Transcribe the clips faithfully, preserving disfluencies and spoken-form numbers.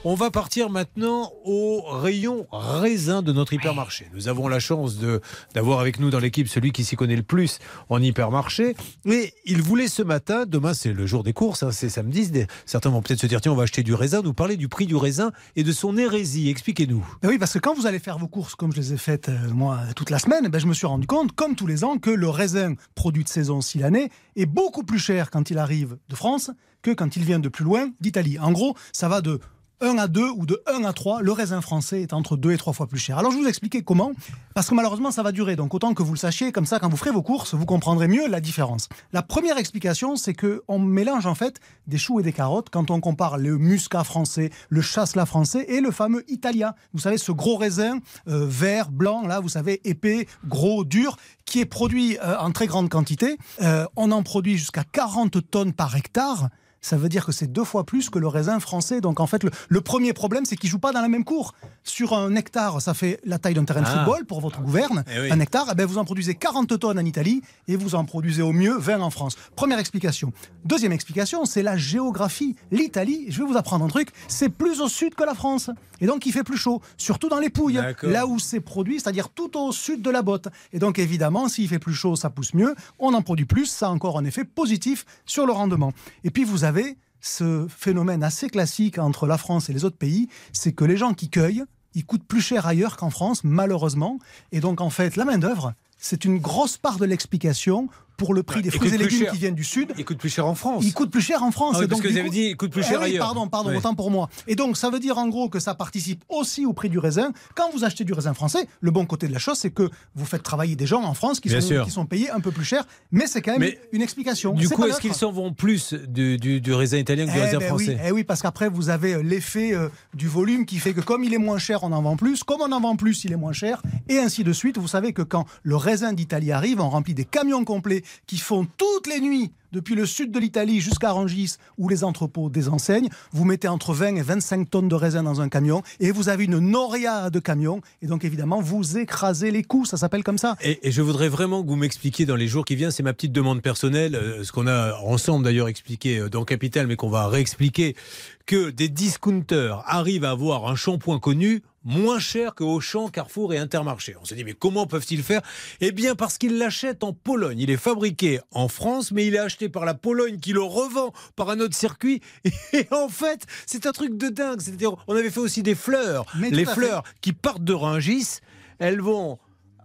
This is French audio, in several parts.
On va partir maintenant au rayon raisin de notre hypermarché. Nous avons la chance de, d'avoir avec nous dans l'équipe celui qui s'y connaît le plus en hypermarché. Et il voulait ce matin, demain c'est le jour des courses, hein, c'est samedi, certains vont peut-être se dire tiens on va acheter du raisin, nous parler du prix du raisin et de son hérésie. Expliquez-nous. Ben oui, parce que quand vous allez faire vos courses, comme je les ai faites euh, moi toute la semaine, ben je me suis rendu compte, comme tous les ans, que le raisin produit de saison si l'année est beaucoup plus cher quand il arrive de France que quand il vient de plus loin d'Italie. En gros, ça va de un à deux ou de un à trois, le raisin français est entre deux et trois fois plus cher. Alors je vais vous expliquer comment, parce que malheureusement ça va durer, donc autant que vous le sachiez, comme ça quand vous ferez vos courses, vous comprendrez mieux la différence. La première explication, c'est qu'on mélange en fait des choux et des carottes quand on compare le muscat français, le chasselas français et le fameux italien. Vous savez, ce gros raisin euh, vert, blanc, là vous savez, épais, gros, dur, qui est produit euh, en très grande quantité. Euh, on en produit jusqu'à quarante tonnes par hectare. Ça veut dire que c'est deux fois plus que le raisin français. Donc en fait, le, le premier problème, c'est qu'il ne joue pas dans la même cour. Sur un hectare, ça fait la taille d'un terrain de ah. football pour votre gouverne. Eh oui. Un hectare, eh ben, vous en produisez quarante tonnes en Italie et vous en produisez au mieux vingt en France. Première explication. Deuxième explication, c'est la géographie. L'Italie, je vais vous apprendre un truc, c'est plus au sud que la France. Et donc il fait plus chaud, surtout dans les Pouilles, D'accord. là où c'est produit, c'est-à-dire tout au sud de la botte. Et donc évidemment, s'il fait plus chaud, ça pousse mieux. On en produit plus, ça a encore un effet positif sur le rendement. Et puis vous avez ce phénomène assez classique entre la France et les autres pays, c'est que les gens qui cueillent, ils coûtent plus cher ailleurs qu'en France, malheureusement. Et donc, en fait, la main-d'œuvre, c'est une grosse part de l'explication pour le prix des fruits et légumes qui viennent du Sud. Il coûte plus cher en France. Il coûte plus cher en France. Ah oui, et donc, parce que vous avez coup... dit il coûte plus cher eh oui, ailleurs. Pardon, pardon, oui. autant pour moi. Et donc, ça veut dire en gros que ça participe aussi au prix du raisin. Quand vous achetez du raisin français, le bon côté de la chose, c'est que vous faites travailler des gens en France qui, sont, qui sont payés un peu plus cher. Mais c'est quand même mais une explication. Du c'est coup, est-ce qu'ils s'en vont plus du, du, du raisin italien que du eh raisin ben français oui, eh oui, parce qu'après, vous avez l'effet euh, du volume qui fait que comme il est moins cher, on en vend plus. Comme on en vend plus, il est moins cher. Et ainsi de suite. Vous savez que quand le raisin d'Italie arrive, on remplit des camions complets qui font toutes les nuits depuis le sud de l'Italie jusqu'à Rungis, où les entrepôts des enseignes, vous mettez entre vingt et vingt-cinq tonnes de raisin dans un camion et vous avez une noria de camions. Et donc, évidemment, vous écrasez les coûts. Ça s'appelle comme ça. Et, et je voudrais vraiment que vous m'expliquiez dans les jours qui viennent, c'est ma petite demande personnelle, euh, ce qu'on a ensemble d'ailleurs expliqué dans Capital, mais qu'on va réexpliquer, que des discounters arrivent à avoir un shampoing connu moins cher que Auchan, Carrefour et Intermarché. On se dit, mais comment peuvent-ils faire ? Eh bien, parce qu'ils l'achètent en Pologne. Il est fabriqué en France, mais il est acheté par la Pologne qui le revend par un autre circuit. Et en fait, c'est un truc de dingue. C'est-à-dire, on avait fait aussi des fleurs. Mais les fleurs fait. qui partent de Rungis, elles vont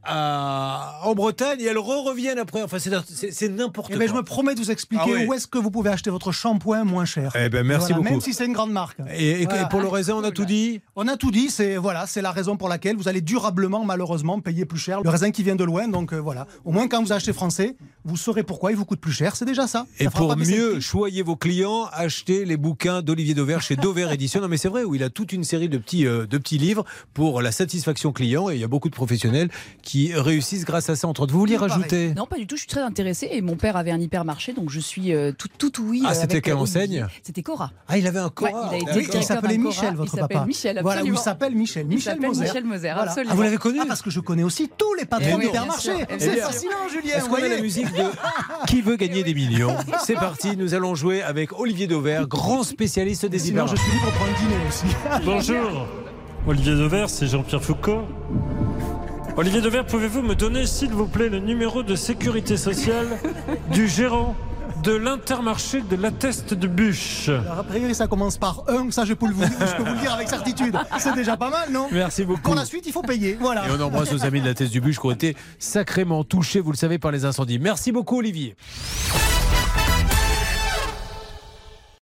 à... en Bretagne et elles re-reviennent après. Enfin, c'est, c'est, c'est n'importe eh quoi. Ben, je me promets de vous expliquer ah oui. où est-ce que vous pouvez acheter votre shampoing moins cher. Eh ben, merci voilà, beaucoup. Même si c'est une grande marque. Et, et, voilà. et pour le raisin, on a tout dit ? On a tout dit. C'est, voilà, c'est la raison pour laquelle vous allez durablement, malheureusement, payer plus cher. Le raisin qui vient de loin. Donc euh, voilà. Au moins, quand vous achetez français, vous saurez pourquoi il vous coûte plus cher. C'est déjà ça. Et ça pour mieux choyer vos clients, achetez les bouquins d'Olivier Dauvert chez Dauvert Édition. Non, mais c'est vrai, où il a toute une série de petits, euh, de petits livres pour la satisfaction client. Et il y a beaucoup de professionnels qui réussissent grâce à ça. Entre autres, vous vouliez rajouter ? Non, pas du tout. Je suis très intéressée. Et mon père avait un hypermarché, donc je suis euh, tout, tout oui. Ah, c'était avec, quelle euh, enseigne ? C'était Cora. Ah, il avait un Cora. Ouais, il, a ah, oui, il s'appelait Michel, votre il papa. Michel, voilà, où il s'appelle Michel. Michel il Moser. Michel Moser, voilà. absolument. Ah, vous l'avez connu ? Ah, parce que je connais aussi tous les patrons oui, d'hypermarché. C'est bien. fascinant, Julien. Est-ce qu'on a la musique de Qui veut gagner des millions ? C'est parti, nous allons jouer avec Olivier Dauvert, grand spécialiste des Sinon, hypermarchés. je suis libre pour un dîner aussi. Bonjour, Olivier Dauvert, c'est Jean-Pierre Foucault. Olivier Dauvert, pouvez-vous me donner, s'il vous plaît, le numéro de sécurité sociale du gérant de l'Intermarché de l'Atteste de Bûche? Alors, a priori, ça commence par un. Ça, je peux, vous, je peux vous le dire avec certitude. C'est déjà pas mal, non ? Merci beaucoup. Pour la suite, il faut payer. Voilà. Et on embrasse nos amis de l'Atteste du Bûche qui ont été sacrément touchés, vous le savez, par les incendies. Merci beaucoup, Olivier.